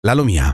La Lumia.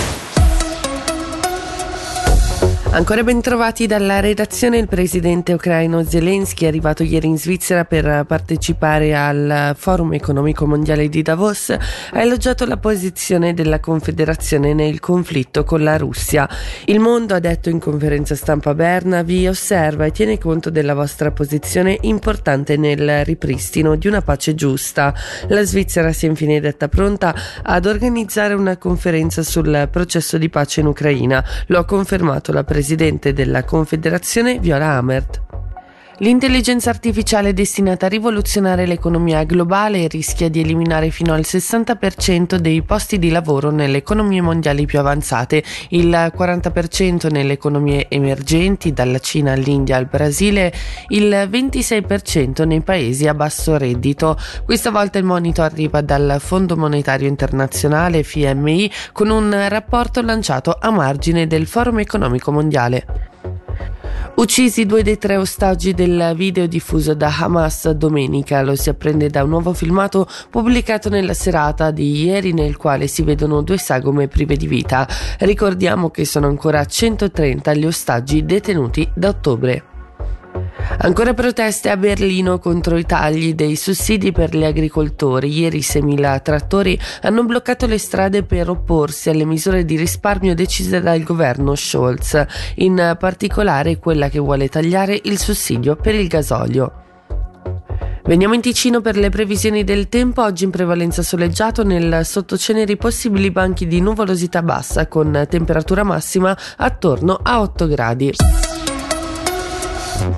Ancora ben trovati dalla redazione. Il presidente ucraino Zelensky è arrivato ieri in Svizzera per partecipare al Forum economico mondiale di Davos. Ha elogiato la posizione della Confederazione nel conflitto con la Russia. Il mondo, ha detto in conferenza stampa a Berna, vi osserva e tiene conto della vostra posizione importante nel ripristino di una pace giusta. La Svizzera si è infine detta pronta ad organizzare una conferenza sul processo di pace in Ucraina. Lo ha confermato la presidente della Confederazione Viola Amherd. L'intelligenza artificiale è destinata a rivoluzionare l'economia globale e rischia di eliminare fino al 60% dei posti di lavoro nelle economie mondiali più avanzate, il 40% nelle economie emergenti, dalla Cina all'India al Brasile, il 26% nei paesi a basso reddito. Questa volta il monito arriva dal Fondo Monetario Internazionale, FMI, con un rapporto lanciato a margine del Forum Economico Mondiale. Uccisi 2 dei 3 ostaggi del video diffuso da Hamas domenica. Lo si apprende da un nuovo filmato pubblicato nella serata di ieri, nel quale si vedono 2 sagome prive di vita. Ricordiamo che sono ancora 130 gli ostaggi detenuti da ottobre. Ancora proteste a Berlino contro i tagli dei sussidi per gli agricoltori. Ieri 6.000 trattori hanno bloccato le strade per opporsi alle misure di risparmio decise dal governo Scholz, in particolare quella che vuole tagliare il sussidio per il gasolio. Veniamo in Ticino per le previsioni del tempo. Oggi in prevalenza soleggiato, nel sottoceneri possibili banchi di nuvolosità bassa con temperatura massima attorno a 8 gradi.